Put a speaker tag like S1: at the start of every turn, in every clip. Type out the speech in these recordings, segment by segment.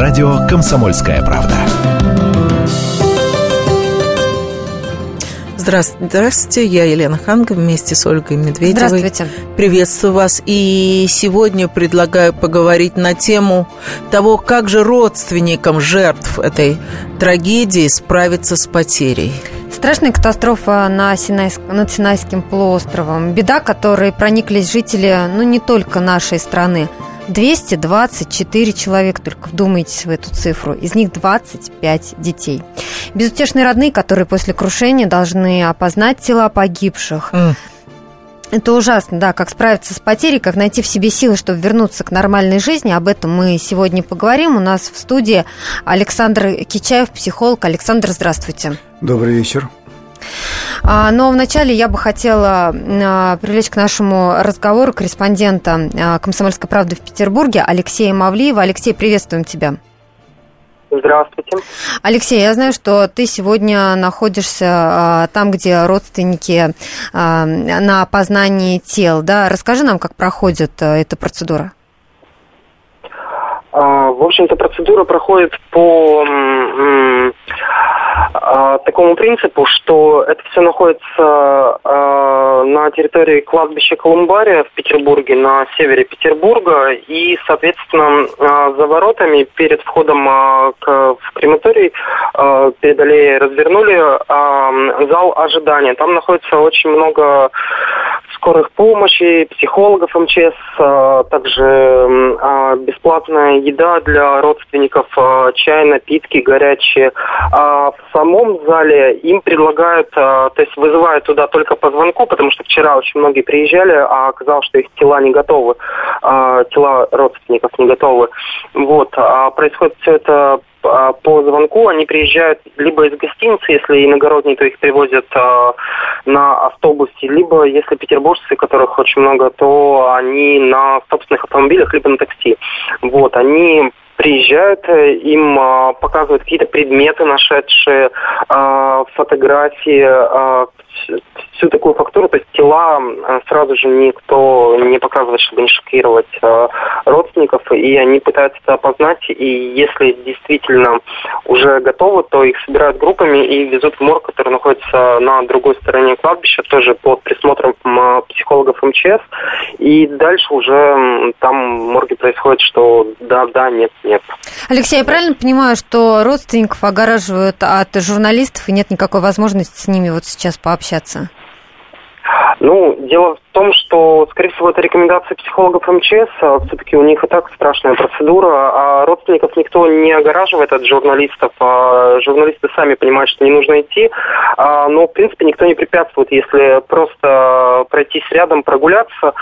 S1: радио «Комсомольская правда».
S2: Здравствуйте, я Елена Ханга вместе с Ольгой Медведевой.
S3: Здравствуйте.
S2: Приветствую вас. И сегодня предлагаю поговорить на тему того, как же родственникам жертв этой трагедии справиться с потерей.
S3: Страшная катастрофа над Синайским полуостровом. Беда, которой прониклись жители, не только нашей страны. 224 человека, только вдумайтесь в эту цифру. Из них 25 детей. Безутешные родные, которые после крушения должны опознать тела погибших. Это ужасно, да, как справиться с потерей, как найти в себе силы, чтобы вернуться к нормальной жизни. Об этом мы сегодня поговорим. У нас в студии Александр Кичаев, психолог. Александр, здравствуйте.
S4: Добрый вечер.
S3: Но вначале я бы хотела привлечь к нашему разговору корреспондента «Комсомольской правды» в Петербурге Алексея Мавлиева. Алексей, приветствуем тебя.
S5: Здравствуйте.
S3: Алексей, я знаю, что ты сегодня находишься там, где родственники на опознании тел. Да? Расскажи нам, как проходит эта процедура.
S5: В общем-то, процедура проходит по такому принципу, что это все находится на территории кладбища Колумбария в Петербурге, на севере Петербурга, и, соответственно, за воротами перед входом в крематорий перед аллеей развернули зал ожидания. Там находится очень много скорых помощи, психологов МЧС, также бесплатная еда для родственников, чай, напитки горячие. В самом зале им предлагают, то есть вызывают туда только по звонку, потому что вчера очень многие приезжали, а оказалось, что их тела не готовы, тела родственников не готовы. Вот, происходит все это по звонку, они приезжают либо из гостиницы, если иногородние, то их привозят на автобусе, либо, если петербуржцы, которых очень много, то они на собственных автомобилях, либо на такси. Вот, они приезжают, им показывают какие-то предметы, нашедшие, фотографии, всю такую фактуру, то есть тела сразу же никто не показывает, чтобы не шокировать родственников, и они пытаются это опознать, и если действительно уже готовы, то их собирают группами и везут в морг, который находится на другой стороне кладбища, тоже под присмотром психологов МЧС, и дальше уже там в морге происходит, что да, нет.
S3: Алексей, я правильно понимаю, что родственников огораживают от журналистов и нет никакой возможности с ними вот сейчас пообщаться?
S5: Дело в том, что, скорее всего, это рекомендация психологов МЧС. Все-таки у них и так страшная процедура, а родственников никто не огораживает от журналистов. Журналисты сами понимают, что не нужно идти, но, в принципе, никто не препятствует, если просто пройтись рядом, прогуляться.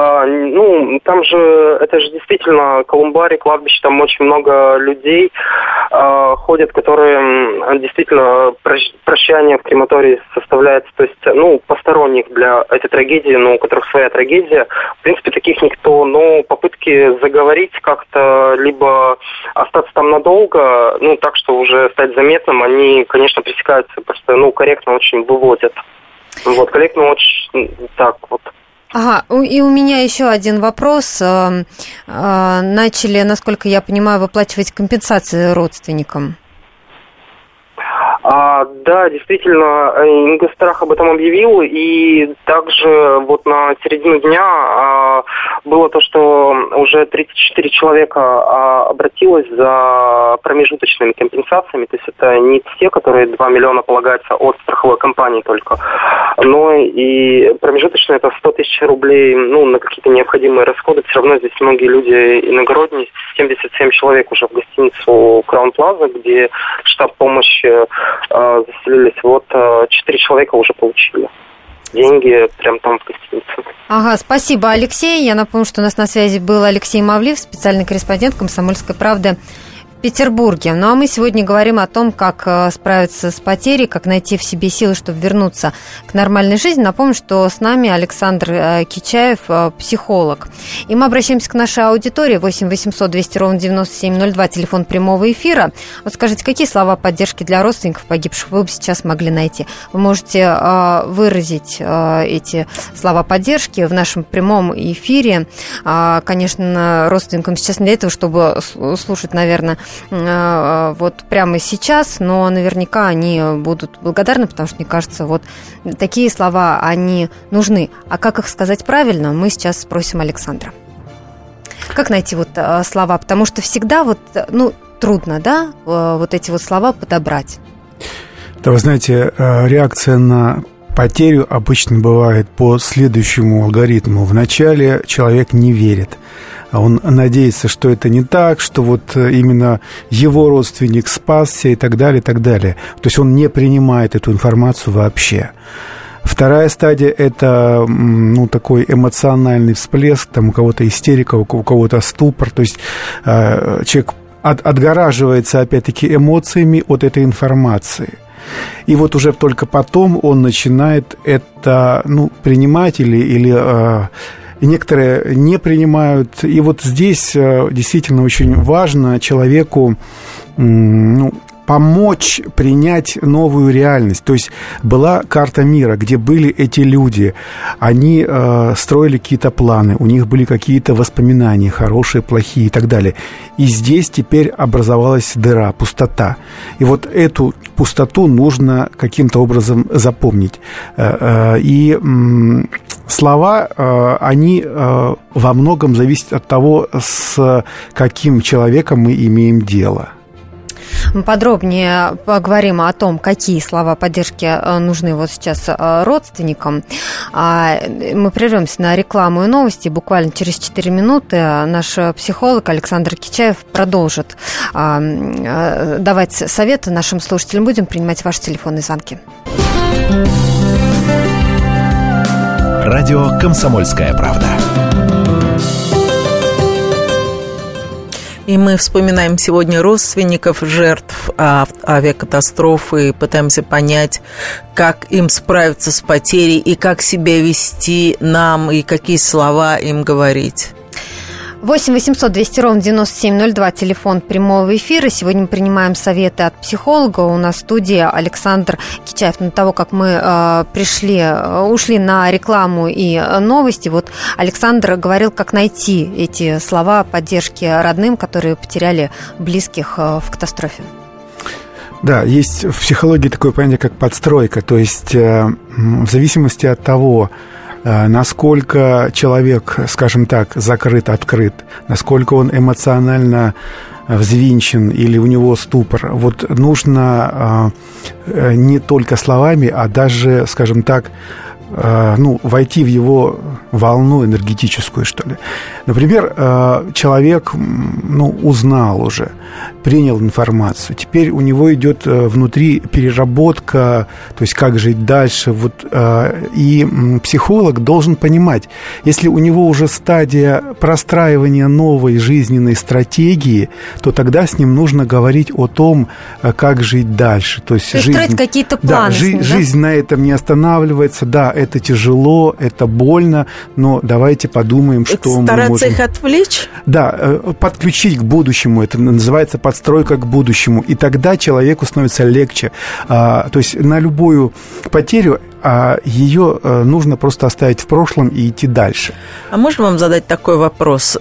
S5: Там же, это же действительно Колумбарий, кладбище, там очень много людей ходят, которые действительно прощание в крематории составляется, то есть, посторонних для этой трагедии, у которых своя трагедия. В принципе, таких никто, но попытки заговорить как-то, либо остаться там надолго, так, что уже стать заметным, они, конечно, пресекаются, просто, корректно очень выводят. Корректно очень, так вот.
S3: Ага, и у меня еще один вопрос. Начали, насколько я понимаю, выплачивать компенсации родственникам.
S5: Да, действительно, Ингосстрах об этом объявил, и также на середину дня было то, что уже 34 человека обратилось за промежуточными компенсациями, то есть это не те, которые 2 миллиона полагаются от страховой компании только, но и промежуточные это 100 тысяч рублей, на какие-то необходимые расходы. Все равно здесь многие люди иногородние, 77 человек уже в гостиницу Краун Плаза, где штаб помощи заселились. 4 человека уже получили деньги прямо там в гостинице.
S3: Ага, спасибо, Алексей. Я напомню, что у нас на связи был Алексей Мавлиев, специальный корреспондент «Комсомольской правды» в Петербурге. А мы сегодня говорим о том, как справиться с потерей, как найти в себе силы, чтобы вернуться к нормальной жизни. Напомню, что с нами Александр Кичаев, психолог. И мы обращаемся к нашей аудитории. 8 800 200 ровно 9702, телефон прямого эфира. Скажите, какие слова поддержки для родственников погибших вы бы сейчас могли найти? Вы можете выразить эти слова поддержки в нашем прямом эфире. Конечно, родственникам сейчас не для этого, чтобы слушать, наверное, вот прямо сейчас, но наверняка они будут благодарны, потому что, мне кажется, вот такие слова, они нужны. А как их сказать правильно, мы сейчас спросим Александра. Как найти вот слова? Потому что всегда вот, трудно, да, вот эти вот слова подобрать.
S4: Да, вы знаете, реакция на потерю обычно бывает по следующему алгоритму. Вначале человек не верит. Он надеется, что это не так, что вот именно его родственник спасся и так далее, и так далее. То есть он не принимает эту информацию вообще. Вторая стадия – это такой эмоциональный всплеск, там у кого-то истерика, у кого-то ступор. То есть человек отгораживается, опять-таки, эмоциями от этой информации. И вот уже только потом он начинает это принимать или некоторые не принимают. И вот здесь действительно очень важно человеку помочь принять новую реальность. То есть была карта мира, где были эти люди. Они строили какие-то планы, у них были какие-то воспоминания, хорошие, плохие и так далее. И здесь теперь образовалась дыра, пустота. И вот эту пустоту нужно каким-то образом запомнить. И слова, они во многом зависят от того, с каким человеком мы имеем дело.
S3: Мы подробнее поговорим о том, какие слова поддержки нужны вот сейчас родственникам. Мы прервемся на рекламу и новости. Буквально через 4 минуты наш психолог Александр Кичаев продолжит давать советы нашим слушателям. Будем принимать ваши телефонные звонки.
S1: Радио «Комсомольская правда».
S2: И мы вспоминаем сегодня родственников жертв авиакатастрофы и пытаемся понять, как им справиться с потерей и как себя вести нам, и какие слова им говорить.
S3: 8 800 200 ровно 9702, телефон прямого эфира. Сегодня мы принимаем советы от психолога. У нас в студии Александр Кичаев. До того, как мы ушли на рекламу и новости, вот Александр говорил, как найти эти слова поддержки родным, которые потеряли близких в катастрофе.
S4: Да, есть в психологии такое понятие, как подстройка. То есть в зависимости от того, насколько человек, скажем так, закрыт, открыт, насколько он эмоционально взвинчен или у него ступор, вот нужно не только словами, а даже, скажем так, войти в его волну энергетическую, что ли. Например, человек, узнал уже, принял информацию. Теперь у него идет внутри переработка, то есть как жить дальше. И психолог должен понимать, если у него уже стадия простраивания новой жизненной стратегии, то тогда с ним нужно говорить о том, как жить дальше. То есть
S3: строить какие-то планы.
S4: Да, жизнь на этом не останавливается. Да, это тяжело, это больно, но давайте подумаем, что мы можем...
S2: Стараться их отвлечь?
S4: Да, подключить к будущему. Это называется подстройка к будущему. И тогда человеку становится легче. То есть на любую потерю ее нужно просто оставить в прошлом и идти дальше.
S2: А можно вам задать такой вопрос?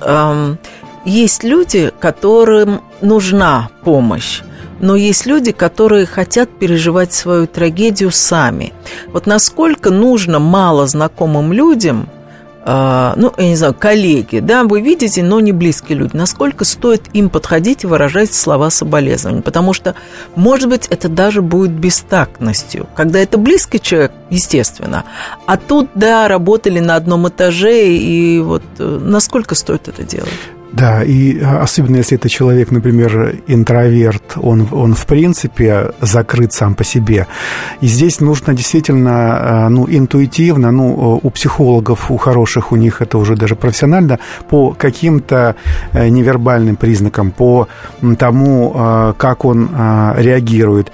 S2: Есть люди, которым нужна помощь, но есть люди, которые хотят переживать свою трагедию сами. Вот насколько нужно малознакомым людям, я не знаю, коллеги, да, вы видите, но не близкие люди, насколько стоит им подходить и выражать слова соболезнования? Потому что, может быть, это даже будет бестактностью. Когда это близкий человек, естественно, а тут, да, работали на одном этаже, и вот насколько стоит это делать?
S4: Да, и особенно если это человек, например, интроверт, он в принципе закрыт сам по себе. И здесь нужно действительно, интуитивно, у психологов, у хороших, у них это уже даже профессионально, по каким-то невербальным признакам, по тому, как он реагирует.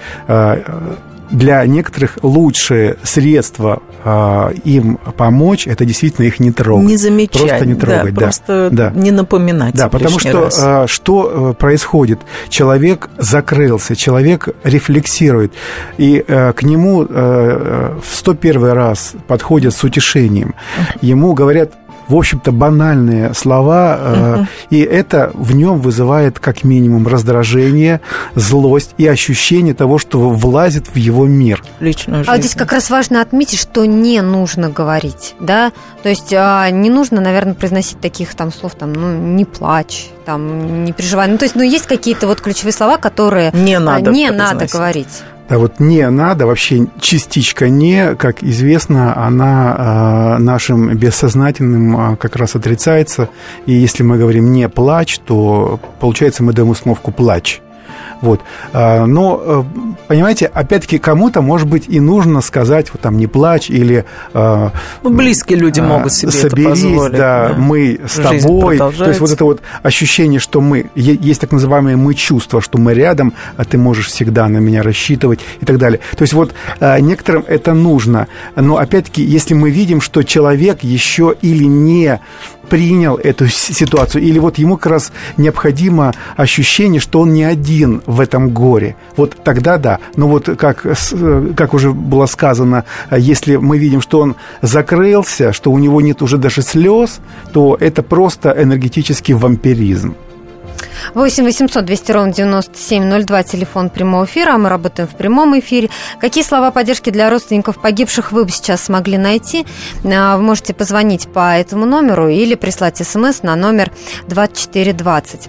S4: Для некоторых лучшее средство им помочь — это действительно их не трогать.
S2: Не замечать.
S4: Просто не трогать.
S2: Да, просто не напоминать.
S4: Да, потому что что происходит? Человек закрылся, человек рефлексирует, и к нему в 101 раз подходят с утешением. Ему говорят: в общем-то, банальные слова, и это в нем вызывает как минимум раздражение, злость и ощущение того, что влазит в его мир.
S2: Личную жизнь.
S3: А вот здесь как раз важно отметить, что не нужно говорить, да, то есть не нужно, наверное, произносить таких там слов, там, ну, не плачь, там, не переживай, ну, то есть, ну, есть какие-то вот ключевые слова, которые не надо говорить.
S4: Да, вот не надо, вообще частичка «не», как известно, она нашим бессознательным как раз отрицается. И если мы говорим «не плачь», то, получается, мы даем установку «плачь». Вот. Но, понимаете, опять-таки, кому-то, может быть, и нужно сказать, вот там, не плачь, или...
S2: близкие люди могут себе
S4: соберись,
S2: это позволить.
S4: Да, мы с тобой. То есть вот это вот ощущение, что мы... Есть так называемое «мы-чувство», что мы рядом, а ты можешь всегда на меня рассчитывать и так далее. То есть вот некоторым это нужно. Но, опять-таки, если мы видим, что человек еще или не принял эту ситуацию, или вот ему как раз необходимо ощущение, что он не один в этом горе. Вот тогда да. Но вот как уже было сказано, если мы видим, что он закрылся, что у него нет уже даже слез, то это просто энергетический вампиризм.
S3: 8 800 200 ровно 9702, телефон прямого эфира, мы работаем в прямом эфире. Какие слова поддержки для родственников погибших вы бы сейчас смогли найти? Вы можете позвонить по этому номеру или прислать смс на номер 2420.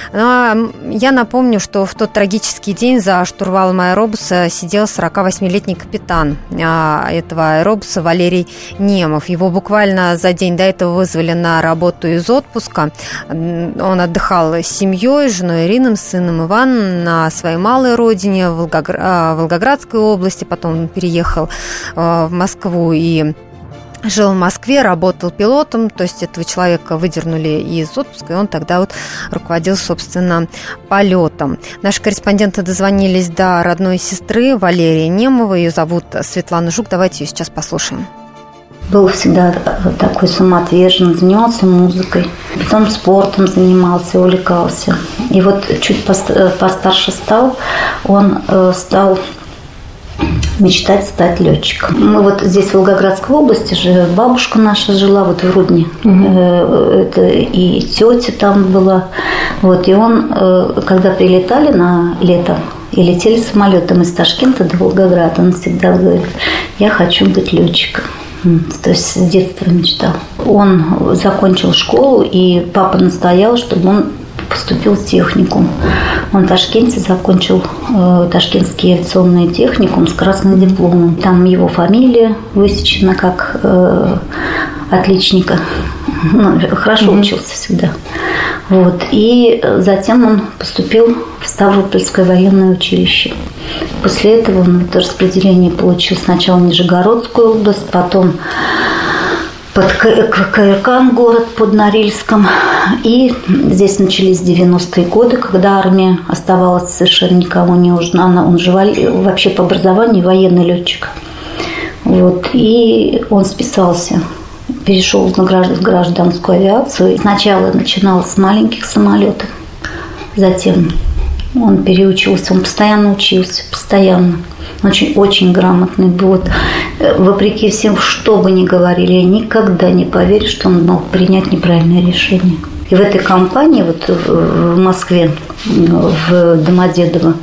S3: Я напомню, что в тот трагический день за штурвалом аэробуса сидел 48-летний капитан этого аэробуса Валерий Немов. Его буквально за день до этого вызвали на работу из отпуска. Он отдыхал с семьей, с женой Ириной, с сыном Иваном на своей малой родине в Волгоградской области. Потом он переехал в Москву и жил в Москве, работал пилотом. То есть этого человека выдернули из отпуска, и он тогда вот руководил, собственно, полетом. Наши корреспонденты дозвонились до родной сестры Валерии Немова. Ее зовут Светлана Жук. Давайте ее сейчас послушаем.
S6: Был всегда такой самоотверженный, занимался музыкой, потом спортом занимался, увлекался. И вот чуть постарше стал, он стал мечтать стать летчиком. Мы вот здесь в Волгоградской области же, бабушка наша жила вот в Рудне, это и тетя там была. Вот, и он, когда прилетали на лето, и летели самолетом из Ташкента до Волгограда, он всегда говорил: я хочу быть летчиком. То есть с детства мечтал. Он закончил школу, и папа настоял, чтобы он поступил в техникум. Он в Ташкенте закончил Ташкентский авиационный техникум с красным дипломом. Там его фамилия высечена как отличника. Ну, хорошо учился всегда. Вот. И затем он поступил в Ставропольское военное училище. После этого он распределение получил сначала в Нижегородскую область, потом под Каиркан, город под Норильском. И здесь начались 90-е годы, когда армия оставалась совершенно никому не нужна. Он же вообще по образованию военный летчик. Вот. И он списался, перешел в гражданскую авиацию. Сначала начинал с маленьких самолетов, затем он переучился, он постоянно учился, постоянно. Очень грамотный был. Вот, вопреки всем, что бы ни говорили, я никогда не поверю, что он мог принять неправильное решение. И в этой компании, вот в Москве, в Домодедово,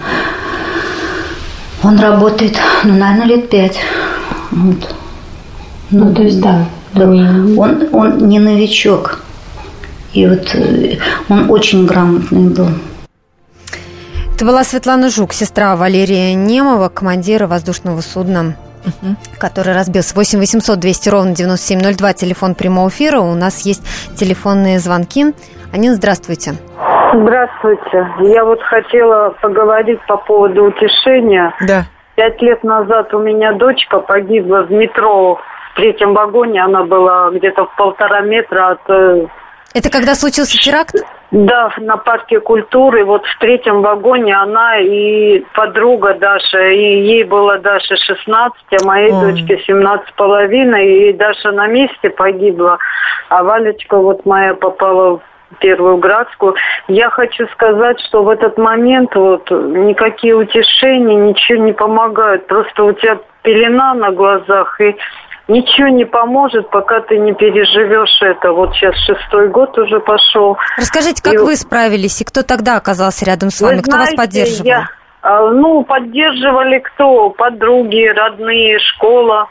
S6: он работает, наверное, лет 5. Вот.
S7: То есть, да.
S6: Он не новичок. И вот он очень грамотный был.
S3: Это была Светлана Жук, сестра Валерия Немова, командира воздушного судна, который разбился. 8 800 200 ровно 9702, телефон прямого эфира. У нас есть телефонные звонки. Анин, здравствуйте.
S8: Здравствуйте. Я вот хотела поговорить по поводу утешения.
S2: Да.
S8: 5 лет назад у меня дочка погибла в метро в 3-м вагоне. Она была где-то в 1,5 метра от...
S3: Это когда случился теракт?
S8: Да, на парке культуры. Вот в 3-м вагоне она и подруга Даша. И ей было Даша 16, а моей дочке 17,5. И Даша на месте погибла. А Валечка вот моя попала в Первую Градскую. Я хочу сказать, что в этот момент вот никакие утешения, ничего не помогают. Просто у тебя пелена на глазах, и ничего не поможет, пока ты не переживешь это. Вот сейчас 6-й год уже пошел.
S3: Расскажите, как вы справились, и кто тогда оказался рядом с вами,
S8: Вы
S3: кто
S8: знаете,
S3: вас поддерживал?
S8: Поддерживали кто? Подруги, родные, школа,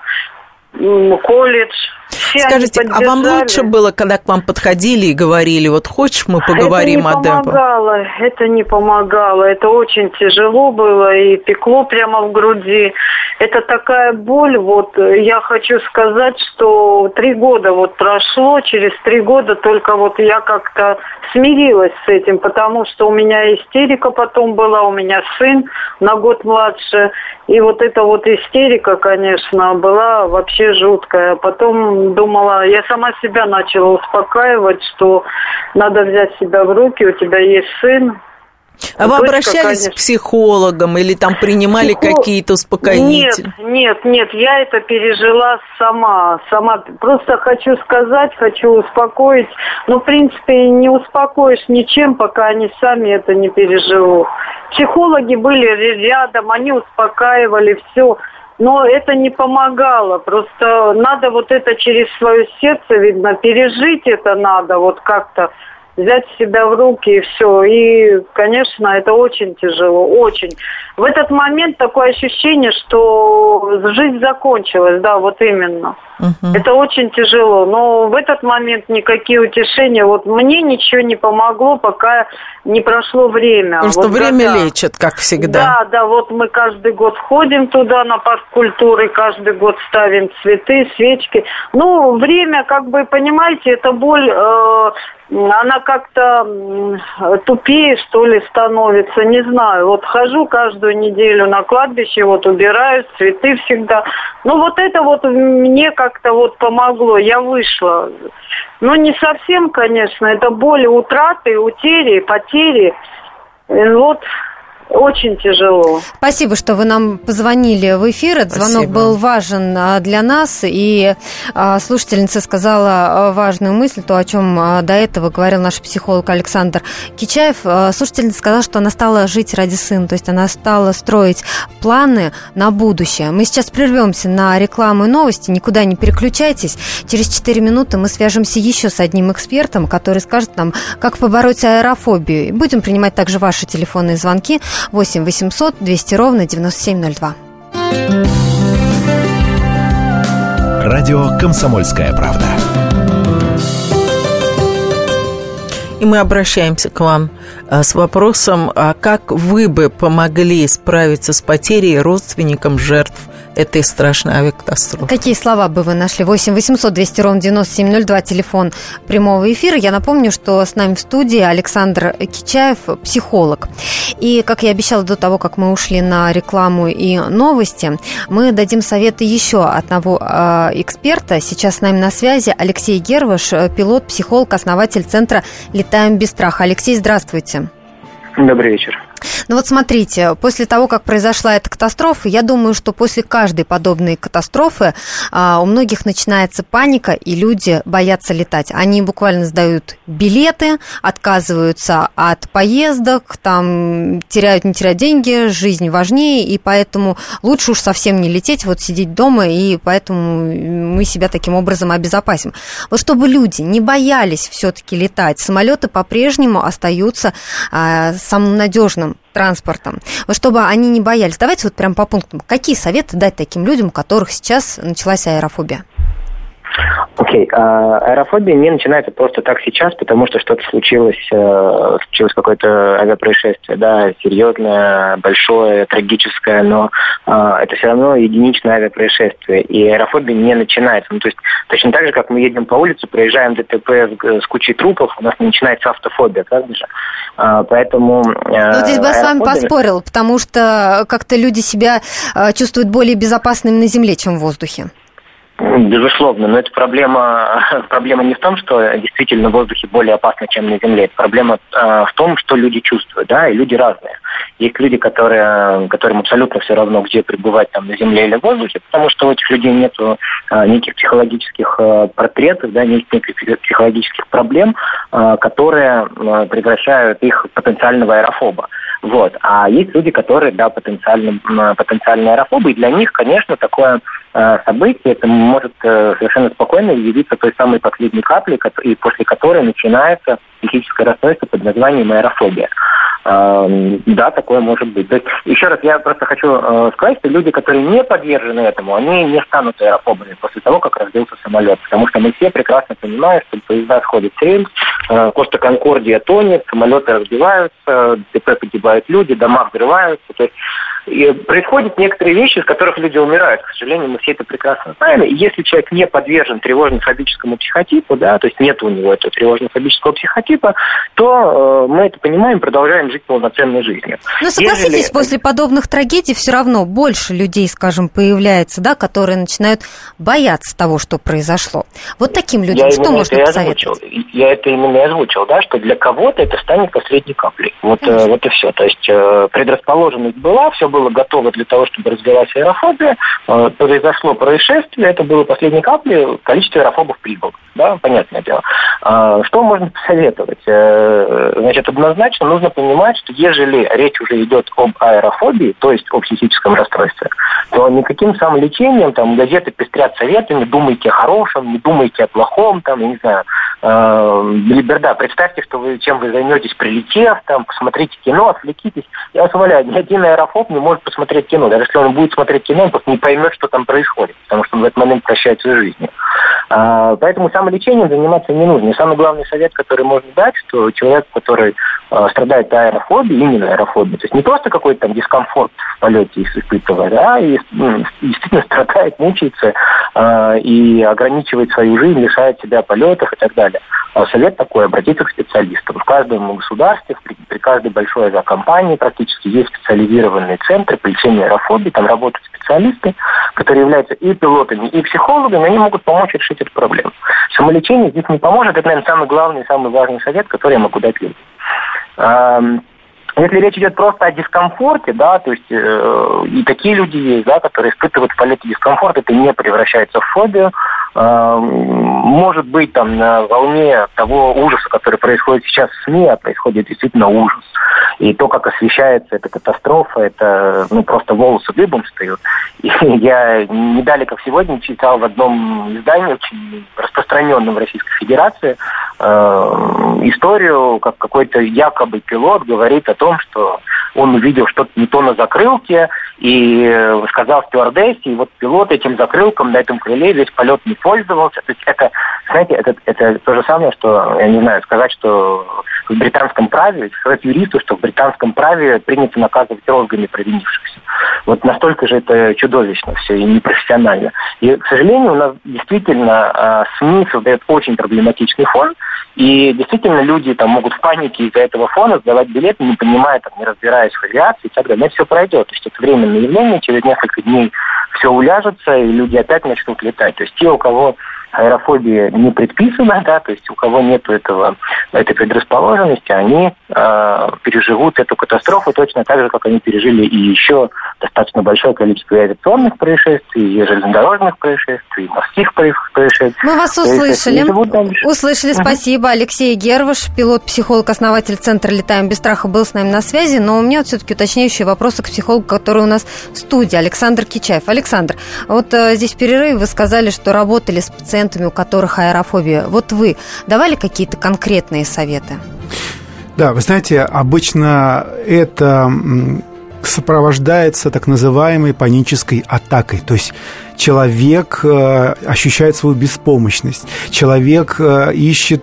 S8: колледж. Все
S2: скажите, а вам лучше было, когда к вам подходили и говорили, вот хочешь, мы поговорим о ДЭП?
S8: Это не помогало. Это очень тяжело было и пекло прямо в груди. Это такая боль. Вот я хочу сказать, что 3 года вот прошло, через 3 года только вот я как-то смирилась с этим, потому что у меня истерика потом была, у меня сын на год младше. И вот эта вот истерика, конечно, была вообще жуткая. Потом думала, я сама себя начала успокаивать, что надо взять себя в руки, у тебя есть сын.
S2: А вы обращались к психологам или там принимали какие-то успокоительные?
S8: Нет, я это пережила сама. Просто хочу сказать, хочу успокоить. Но, в принципе, не успокоишь ничем, пока они сами это не переживут. Психологи были рядом, они успокаивали, все. Но это не помогало. Просто надо вот это через свое сердце, видно, пережить это надо, вот как-то. Взять себя в руки и все. И, конечно, это очень тяжело, очень. В этот момент такое ощущение, что жизнь закончилась, да, вот именно. Это очень тяжело. Но в этот момент никакие утешения, вот мне ничего не помогло, пока не прошло время.
S2: Потому что время лечит, как всегда.
S8: Да, вот мы каждый год ходим туда, на парк культуры, каждый год ставим цветы, свечки. Ну, время, как бы, понимаете, эта боль... она как-то тупее, что ли, становится, не знаю. Вот хожу каждую неделю на кладбище, вот убираю, цветы всегда. Ну, вот это вот мне как-то вот помогло, я вышла. Ну, не совсем, конечно, это боль утраты, утери, потери. Вот... Очень тяжело.
S3: Спасибо, что вы нам позвонили в эфир. Этот звонок был важен для нас. И слушательница сказала важную мысль, то, о чем до этого говорил наш психолог Александр Кичаев. Слушательница сказала, что она стала жить ради сына, то есть она стала строить планы на будущее. Мы сейчас прервемся на рекламу и новости, никуда не переключайтесь. Через 4 минуты мы свяжемся еще с одним экспертом, который скажет нам, как побороть аэрофобию. И будем принимать также ваши телефонные звонки. 8 800 200 ровно 9702.
S1: Радио «Комсомольская правда».
S2: И мы обращаемся к вам с вопросом, как вы бы помогли справиться с потерей родственникам жертв этой страшной авиакатастрофы.
S3: Какие слова бы вы нашли? 8 800 200 ровно 9702, телефон прямого эфира. Я напомню, что с нами в студии Александр Кичаев, психолог. И, как я обещала до того, как мы ушли на рекламу и новости, мы дадим советы еще одного эксперта. Сейчас с нами на связи Алексей Герваш, пилот, психолог, основатель центра «Летаем без страха». Алексей, здравствуйте.
S9: Добрый вечер.
S3: Ну вот смотрите, после того, как произошла эта катастрофа, я думаю, что после каждой подобной катастрофы у многих начинается паника, и люди боятся летать. Они буквально сдают билеты, отказываются от поездок, там теряют, не теряют деньги, жизнь важнее, и поэтому лучше уж совсем не лететь, вот сидеть дома, и поэтому мы себя таким образом обезопасим. Вот чтобы люди не боялись все-таки летать, самолеты по-прежнему остаются самым надежным транспортом. Вот чтобы они не боялись. Давайте вот прям по пунктам. Какие советы дать таким людям, у которых сейчас началась аэрофобия?
S9: Окей. Аэрофобия не начинается просто так сейчас, потому что что-то случилось какое-то авиапроисшествие, да, серьезное, большое, трагическое, но это все равно единичное авиапроисшествие, и аэрофобия не начинается. Ну, то есть точно так же, как мы едем по улице, проезжаем ДТП с кучей трупов, у нас не начинается автофобия, правда же? Поэтому...
S3: Вот здесь бы я с вами поспорил, потому что как-то люди себя чувствуют более безопасными на земле, чем в воздухе.
S9: Безусловно, но это проблема не в том, что действительно в воздухе более опасно, чем на земле. Проблема в том, что люди чувствуют, да, и люди разные. Есть люди, которым абсолютно все равно, где пребывать, там, на земле или в воздухе, потому что у этих людей нет никаких психологических портретов, да, нет никаких психологических проблем, которые превращают их в потенциального аэрофоба. Вот. А есть люди, которые, да, потенциальные аэрофобы, и для них, конечно, такое событие, это может совершенно спокойно явиться той самой последней каплей, и после которой начинается психическое расстройство под названием аэрофобия. Да, такое может быть. То есть, еще раз, я просто хочу сказать, что люди, которые не подвержены этому, они не станут аэрофобами после того, как разбился самолет. Потому что мы все прекрасно понимаем, что поезда сходят с рельс, Коста Конкордия тонет, самолеты разбиваются, ДП погибают люди, дома взрываются. То есть и происходят некоторые вещи, из которых люди умирают. К сожалению, мы все это прекрасно знаем. И если человек не подвержен тревожно-фобическому психотипу, да, то есть нет у него этого тревожно-фобического психотипа, то мы это понимаем, продолжаем жить полноценной жизнью.
S3: Но согласитесь, после подобных трагедий все равно больше людей, скажем, появляется, да, которые начинают бояться того, что произошло. Вот таким людям что можно посоветовать?
S9: Я это именно и озвучил, да, что для кого-то это станет последней каплей. Вот и все. То есть предрасположенность была, все было готово для того, чтобы развилась аэрофобия, произошло происшествие, это было последней каплей, количество аэрофобов прибыло. Да, понятное дело. Что можно посоветовать? Значит, однозначно нужно понимать, что ежели речь уже идет об аэрофобии, то есть о психическом расстройстве, то никаким самолечением, там, газеты пестрят советами, думайте о хорошем, не думайте о плохом, там, я не знаю, белиберда. Представьте, что чем вы займетесь, прилетев, там, посмотрите кино, отвлекитесь. Я вас умоляю, ни один аэрофоб не может посмотреть кино. Даже если он будет смотреть кино, он просто не поймет, что там происходит, потому что он в этот момент прощается с жизнью. Поэтому самолечением заниматься не нужно. И самый главный совет, который можно дать, что человек, который страдает аэрофобией, именно аэрофобией, то есть не просто какой-то там дискомфорт в полете испытывает, а и действительно страдает, мучается и ограничивает свою жизнь, лишает себя полетов и так далее. Совет такой: обратиться к специалистам. В каждом государстве, при каждой большой авиакомпании практически есть специализированные центры по лечению аэрофобии, там работают специалисты, которые являются и пилотами, и психологами, они могут помочь решить эту проблему. Самолечение здесь не поможет, это, наверное, самый главный и самый важный совет, который я могу дать людям. Если речь идет просто о дискомфорте, да, то есть и такие люди есть, да, которые испытывают в полете дискомфорт, это не превращается в фобию. Может быть, там, на волне того ужаса, который происходит сейчас в СМИ, а происходит действительно ужас. И то, как освещается эта катастрофа, это, просто волосы дыбом встают. И я недалеко сегодня читал в одном издании, очень распространенном в Российской Федерации, историю, как какой-то якобы пилот говорит о том, что он увидел что-то не то на закрылке и сказал стюардессе, и вот пилот этим закрылком на этом крыле весь полет не пользовался. То есть это, знаете, это то же самое, что, я не знаю, сказать, что в британском праве, сказать юристу, что в британском праве принято наказывать розгами провинившихся. Вот настолько же это чудовищно все и непрофессионально. И, к сожалению, у нас действительно СМИ создает очень проблематичный фон, и действительно люди там могут в панике из-за этого фона сдавать билеты, не понимая, там, не разбираясь в авиации и так далее. Но это все пройдет. То есть это временное явление, через несколько дней все уляжется, и люди опять начнут летать. То есть те, у кого аэрофобия не предписана, да, то есть у кого нет этой предрасположенности, они переживут эту катастрофу точно так же, как они пережили и еще достаточно большое количество авиационных происшествий, и железнодорожных происшествий, и морских происшествий.
S3: Мы вас услышали. Услышали, спасибо. Алексей Герваш, пилот-психолог, основатель Центра «Летаем без страха», был с нами на связи, но у меня вот все-таки уточняющие вопросы к психологу, который у нас в студии, Александр Кичаев. Александр, вот здесь в перерыве вы сказали, что работали с пациентами, у которых аэрофобия. Вот вы давали какие-то конкретные советы?
S4: Да, вы знаете, обычно это сопровождается так называемой панической атакой. То есть человек ощущает свою беспомощность, человек ищет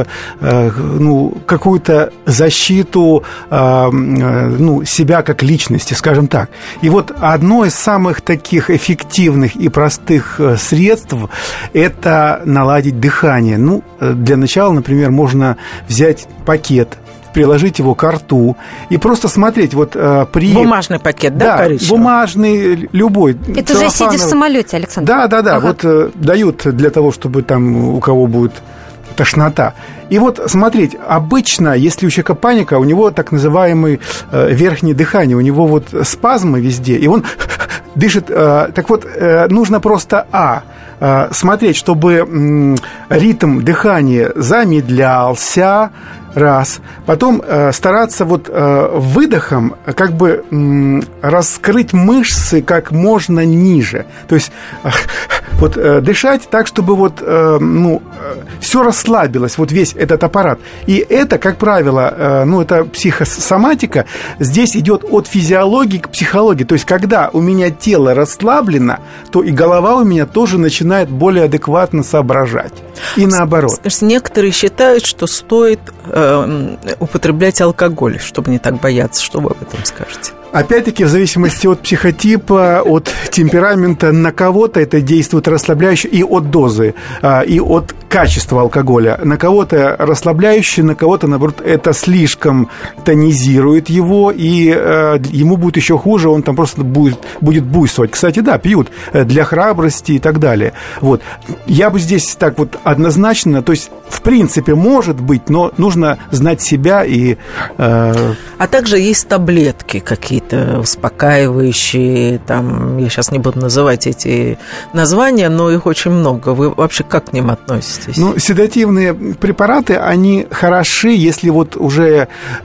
S4: какую-то защиту себя как личности, скажем так. И вот одно из самых таких эффективных и простых средств – это наладить дыхание. Для начала, например, можно взять пакет, приложить его к рту и просто смотреть при...
S2: Бумажный пакет, да, коричневый?
S4: Бумажный, любой.
S3: Это уже сидя в самолете, Александр?
S4: Да. Ага. Дают для того, чтобы там у кого будет тошнота. И смотреть, обычно, если у человека паника, у него так называемое верхнее дыхание, у него спазмы везде, и он дышит. Нужно просто смотреть, чтобы ритм дыхания замедлялся, раз. Потом стараться вот выдохом как бы раскрыть мышцы как можно ниже. То есть вот дышать так, чтобы вот все расслабилось, вот весь этот аппарат. И это, как правило, это психосоматика, здесь идет от физиологии к психологии. То есть когда у меня тело расслаблено, то и голова у меня тоже начинает более адекватно соображать. И наоборот.
S2: Некоторые считают, что стоит употреблять алкоголь, чтобы не так бояться. Что вы об этом скажете?
S4: Опять-таки, в зависимости от психотипа, от темперамента, на кого-то это действует расслабляюще, и от дозы, и от качества алкоголя. На кого-то расслабляюще, на кого-то, наоборот, это слишком тонизирует его, и ему будет еще хуже, он там просто будет буйствовать. Кстати, да, пьют для храбрости и так далее. Вот. Я бы здесь так вот однозначно, то есть, в принципе, может быть, но нужно знать себя и...
S2: А также есть таблетки какие-то успокаивающие, там, я сейчас не буду называть эти названия, но их очень много. Вы вообще как к ним относитесь?
S4: Седативные препараты, они хороши, если вот уже,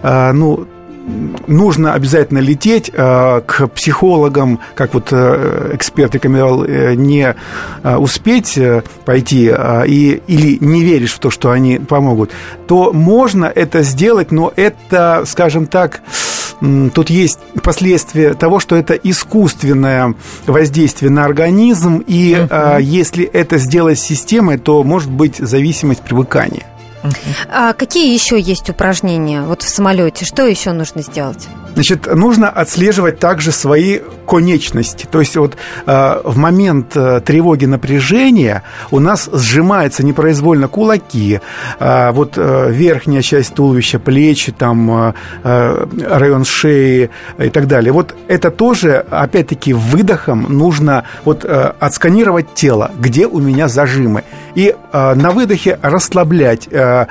S4: нужно обязательно лететь к психологам, как вот эксперт рекомендовал, не успеть пойти или не веришь в то, что они помогут, то можно это сделать, но это, скажем так, тут есть последствия того, что это искусственное воздействие на организм, и если это сделать системой, то может быть зависимость, привыкание.
S3: А какие еще есть упражнения вот в самолете? Что еще нужно сделать?
S4: Значит, нужно отслеживать также свои конечности. То есть вот в момент тревоги, напряжения у нас сжимаются непроизвольно кулаки, вот верхняя часть туловища, плечи, там район шеи и так далее. Вот это тоже, опять-таки, выдохом нужно вот отсканировать тело, где у меня зажимы. И на выдохе расслаблять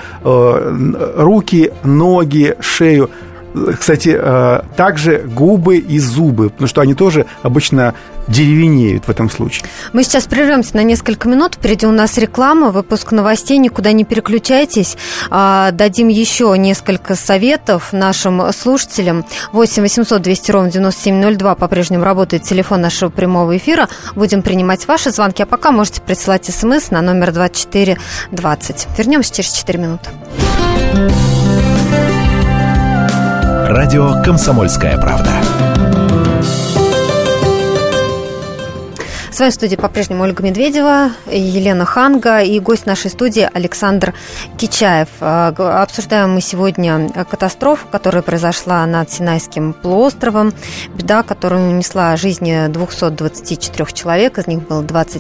S4: руки, ноги, шею. Кстати, также губы и зубы, потому что они тоже обычно деревенеют в этом случае.
S3: Мы сейчас прервемся на несколько минут. Впереди у нас реклама, выпуск новостей. Никуда не переключайтесь. Дадим еще несколько советов нашим слушателям. 8 800 200 ровно 9702 по-прежнему работает телефон нашего прямого эфира. Будем принимать ваши звонки, а пока можете присылать смс на номер 2420. Вернемся через 4 минуты.
S1: Радио «Комсомольская правда».
S3: В своей студии по-прежнему Ольга Медведева, Елена Ханга и гость нашей студии Александр Кичаев. Обсуждаем мы сегодня катастрофу, которая произошла над Синайским полуостровом. Беда, которая унесла жизни 224 человек, из них было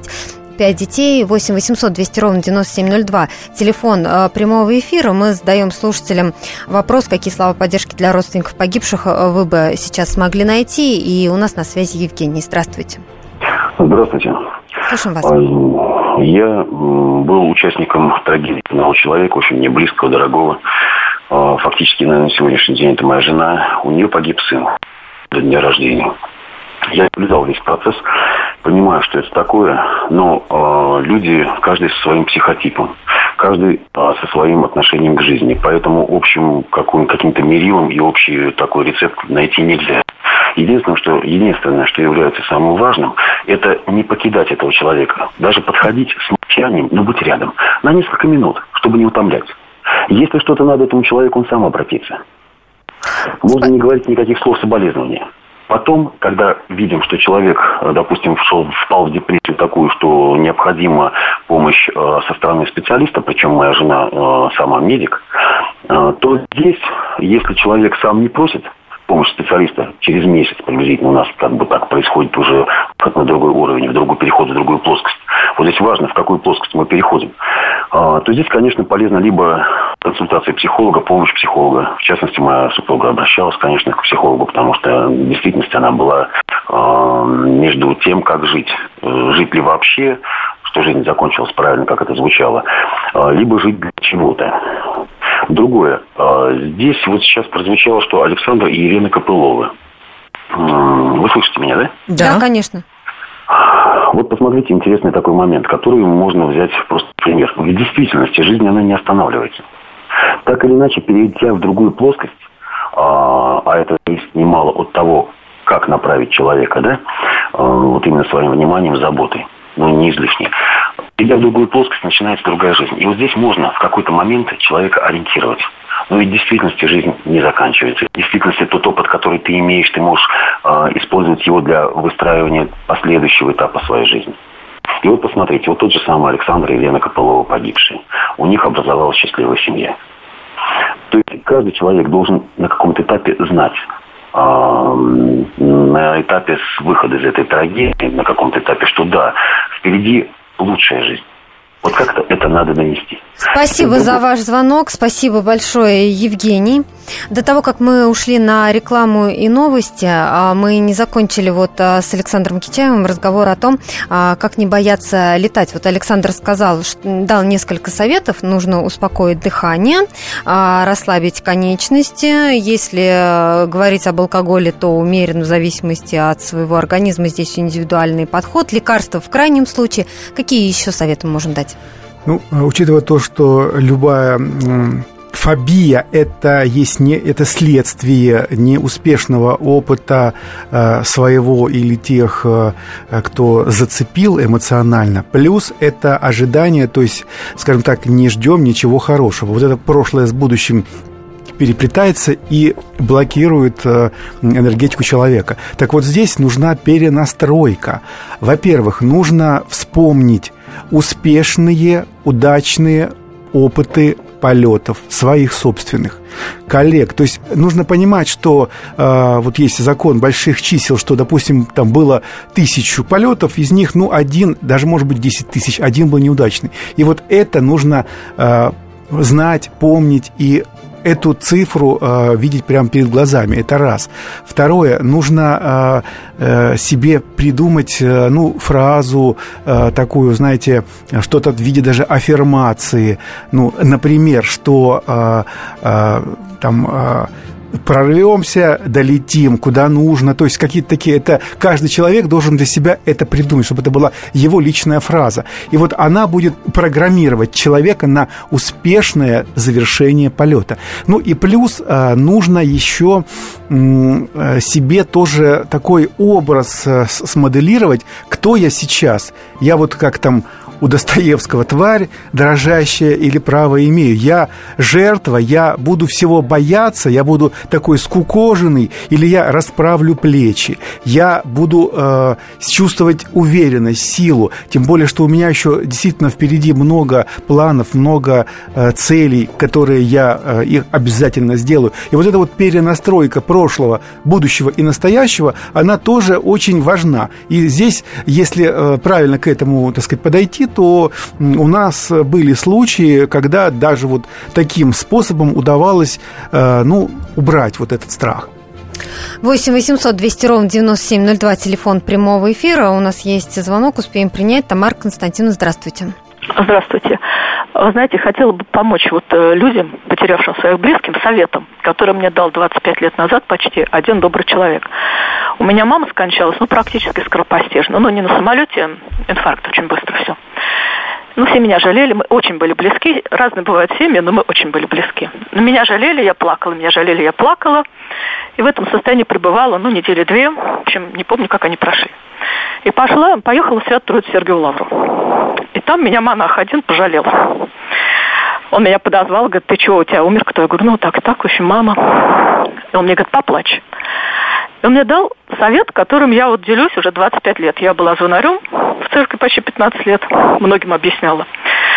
S3: 25 детей. 8 800 200 ровно 9702. Телефон прямого эфира. Мы задаем слушателям вопрос, какие слова поддержки для родственников погибших вы бы сейчас смогли найти. И у нас на связи Евгений. Здравствуйте.
S10: Здравствуйте.
S3: Слушаем вас.
S10: Я был участником трагедии одного человека, очень мне близкого, дорогого. Фактически, наверное, на сегодняшний день это моя жена. У нее погиб сын до дня рождения. Я наблюдал весь процесс, понимаю, что это такое, но люди, каждый со своим психотипом, каждый со своим отношением к жизни. Поэтому общим каким-то мерилом и общий такой рецепт найти нельзя. Единственное, что является самым важным, это не покидать этого человека. Даже подходить с молчанием, но быть рядом. На несколько минут, чтобы не утомлять. Если что-то надо этому человеку, он сам обратится. Можно не говорить никаких слов соболезнования. Потом, когда видим, что человек, допустим, впал в депрессию такую, что необходима помощь со стороны специалиста, причем моя жена сама медик, то здесь, если человек сам не просит помощь специалиста, через месяц приблизительно у нас как бы так происходит уже на другой уровень, переход в другую плоскость. Вот здесь важно, в какую плоскость мы переходим. То здесь, конечно, полезно либо консультация психолога, помощь психолога. В частности, моя супруга обращалась, конечно, к психологу, потому что в действительности она была между тем, как жить. Жить ли вообще, что жизнь закончилась правильно, как это звучало, либо жить для чего-то. Другое. Здесь вот сейчас прозвучало, что Александр и Ирина Копыловы. Вы слышите меня, да?
S3: Да, конечно.
S10: Вот посмотрите, интересный такой момент, который можно взять просто пример. В действительности жизнь, она не останавливается. Так или иначе, перейдя в другую плоскость, а это зависит немало от того, как направить человека, да, вот именно своим вниманием, заботой, но не излишней. Перейдя в другую плоскость, начинается другая жизнь. И вот здесь можно в какой-то момент человека ориентировать. Но ведь в действительности жизнь не заканчивается. В действительности тот опыт, который ты имеешь, ты можешь использовать его для выстраивания последующего этапа своей жизни. И вот посмотрите, вот тот же самый Александр и Елена Копылова, погибшие. У них образовалась счастливая семья. То есть каждый человек должен на каком-то этапе знать, на этапе выхода из этой трагедии, на каком-то этапе, что да, впереди лучшая жизнь. Вот как-то это надо донести.
S3: Спасибо за ваш звонок. Спасибо большое, Евгений. До того, как мы ушли на рекламу и новости, мы не закончили вот с Александром Кичаевым разговор о том, как не бояться летать. Вот Александр сказал, дал несколько советов. Нужно успокоить дыхание, расслабить конечности. Если говорить об алкоголе, то умеренно, в зависимости от своего организма. Здесь индивидуальный подход. Лекарства в крайнем случае. Какие еще советы мы можем дать?
S4: Ну, учитывая то, что любая фобия это следствие неуспешного опыта своего или тех, кто зацепил эмоционально, плюс это ожидание, то есть, скажем так, не ждем ничего хорошего. Вот это прошлое с будущим переплетается и блокирует энергетику человека. Так вот, здесь нужна перенастройка. Во-первых, нужно вспомнить успешные, удачные опыты полетов, своих собственных, коллег. То есть нужно понимать, что вот есть закон больших чисел, что, допустим, там было 1000 полетов, из них, один, даже, может быть, 10 тысяч, один был неудачный. И вот это нужно знать, помнить и эту цифру видеть прямо перед глазами. Это раз. Второе, нужно себе придумать, фразу такую, знаете, что-то в виде даже аффирмации. Например, что прорвемся, долетим, куда нужно. То есть какие-то такие... Это каждый человек должен для себя это придумать, чтобы это была его личная фраза. И вот она будет программировать человека на успешное завершение полета. И плюс нужно еще себе тоже такой образ смоделировать, кто я сейчас. Я вот как там у Достоевского: тварь дрожащая или право имею. Я жертва, я буду всего бояться, я буду такой скукоженный, или я расправлю плечи, я буду чувствовать уверенность, силу. Тем более, что у меня еще действительно впереди много планов, много целей, которые я их обязательно сделаю. И вот эта вот перенастройка прошлого, будущего и настоящего, она тоже очень важна. И здесь, если правильно к этому, так сказать, подойти, то у нас были случаи, когда даже вот таким способом удавалось, убрать вот этот страх.
S3: 8 800 200 ровно 9702, телефон прямого эфира. У нас есть звонок, успеем принять. Тамара Константиновна, здравствуйте.
S11: Здравствуйте. Вы знаете, хотела бы помочь людям, потерявшим своих близких, советом, который мне дал 25 лет назад почти один добрый человек. У меня мама скончалась, практически скоропостижно. Не на самолете, инфаркт, очень быстро все. Все меня жалели, мы очень были близки. Разные бывают семьи, но мы очень были близки. Меня жалели, я плакала. И в этом состоянии пребывала, недели 2. В общем, не помню, как они прошли. И поехала в Свято-Троицу Сергию Лавру. И там меня монах один пожалел. Он меня подозвал, говорит: ты чего, у тебя умер кто? Я говорю: так, в общем, мама. И он мне говорит: поплачь. И он мне дал совет, которым я делюсь уже 25 лет. Я была звонарем в церкви почти 15 лет, многим объясняла.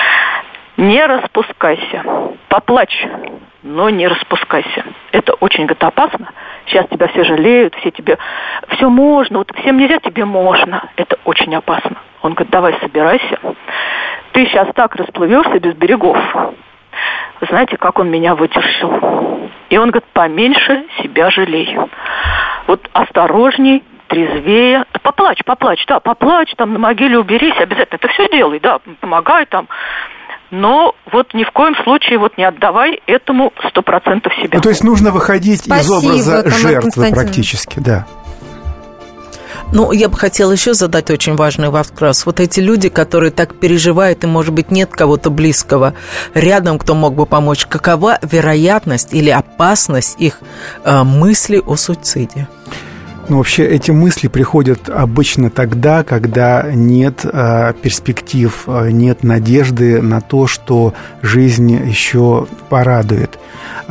S11: Не распускайся, поплачь, но не распускайся. Это очень, опасно. Сейчас тебя все жалеют, все можно, всем нельзя, тебе можно. Это очень опасно. Он говорит: давай собирайся, ты сейчас так расплывешься без берегов. Вы знаете, как он меня выдержал? И он говорит: поменьше себя жалей. Осторожней, трезвее. Поплачь, там на могиле уберись, обязательно. Это все делай, да, помогай там. Но ни в коем случае не отдавай этому 100% себя.
S4: То есть нужно выходить из образа жертвы практически, да.
S2: Ну, я бы хотела еще задать очень важный вопрос. Вот эти люди, которые так переживают, и, может быть, нет кого-то близкого рядом, кто мог бы помочь, какова вероятность или опасность их мысли о суициде?
S4: Ну, вообще, эти мысли приходят обычно тогда, когда нет перспектив, нет надежды на то, что жизнь еще порадует.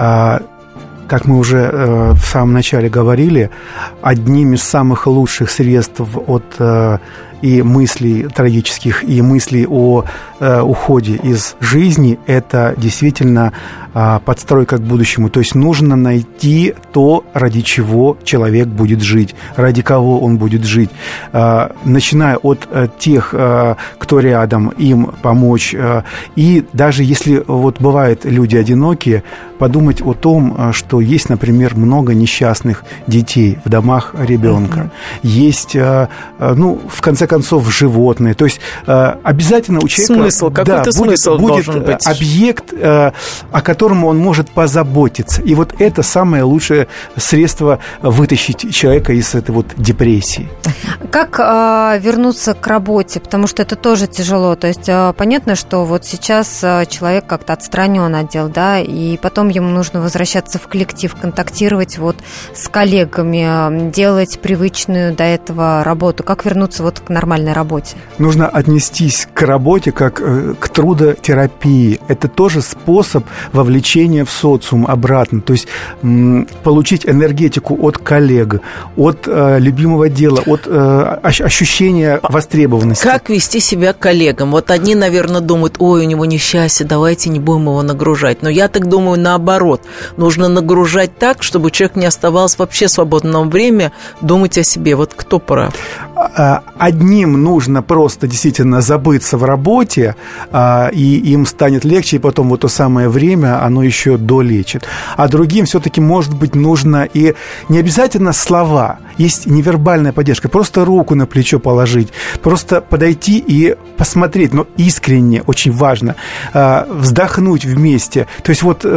S4: Как мы уже в самом начале говорили, одним из самых лучших средств от и мыслей трагических, и мыслей о уходе из жизни, это действительно подстройка к будущему. То есть нужно найти то, ради чего человек будет жить, ради кого он будет жить. Начиная от тех, кто рядом, им помочь. И даже если вот бывают люди одинокие, подумать о том, что есть, например, много несчастных детей в домах ребенка. Есть, ну, в конце концов, животные. То есть обязательно у человека
S2: смысл, какой-то смысл должен быть.
S4: Объект, о котором он может позаботиться. И вот это самое лучшее средство вытащить человека из этой вот депрессии.
S3: Как вернуться к работе? Потому что это тоже тяжело. То есть понятно, что вот сейчас человек как-то отстранен от дел, да, и потом ему нужно возвращаться в коллектив, контактировать вот с коллегами, делать привычную до этого работу. Как вернуться вот к нормальной работе? Нужно
S4: отнестись к работе как к трудотерапии. Это тоже способ вовлечения в социум обратно. То есть получить энергетику от коллег, от любимого дела, от ощущения востребованности.
S2: Как вести себя к коллегам? Вот одни, наверное, думают, ой, у него несчастье, давайте не будем его нагружать. Но я так думаю, наоборот. Нужно нагружать так, чтобы человек не оставался вообще свободного времени думать о себе. Вот кто прав?
S4: Одним нужно просто действительно забыться в работе, и им станет легче, и потом вот то самое время оно еще долечит. А другим все-таки, может быть, нужно и не обязательно слова. Есть невербальная поддержка. Просто руку на плечо положить, просто подойти и посмотреть, но искренне, очень важно, вздохнуть вместе. То есть вот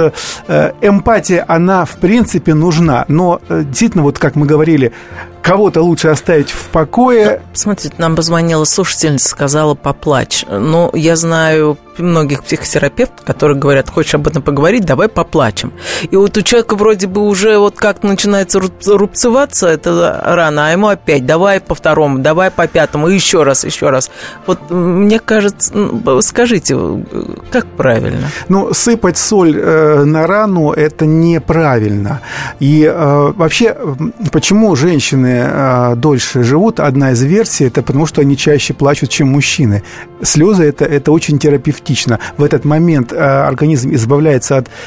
S4: эмпатия, она в принципе нужна, но действительно, вот как мы говорили, кого-то лучше оставить в покое.
S2: Смотрите, нам позвонила слушательница, сказала, поплачь. Но я знаю многих психотерапевтов, которые говорят, хочешь об этом поговорить, давай поплачем. И вот у человека вроде бы уже вот как начинается рубцеваться, это рано, а ему опять, давай по второму, давай по пятому, еще раз. Вот мне кажется, скажите, как правильно?
S4: Ну, сыпать соль на рану – это неправильно. И вообще, почему женщины дольше живут? Одна из версий – это потому, что они чаще плачут, чем мужчины. Слезы – это очень терапевтично. В этот момент организм избавляется от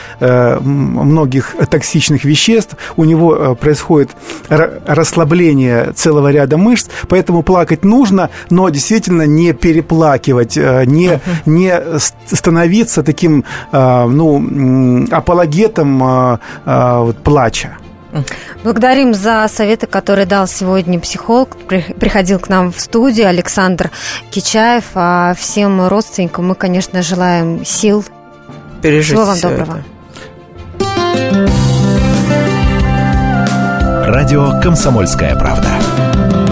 S4: многих токсичных веществ, у него происходит расслабление целого ряда мышц, поэтому плакать нужно, но действительно не переплакивать, не становиться таким апологетом плача.
S3: Благодарим за советы, которые дал сегодня психолог. Приходил к нам в студию Александр Кичаев. А всем родственникам мы, конечно, желаем сил.
S2: Пережить.
S3: Всего вам доброго.
S1: Радио «Комсомольская правда».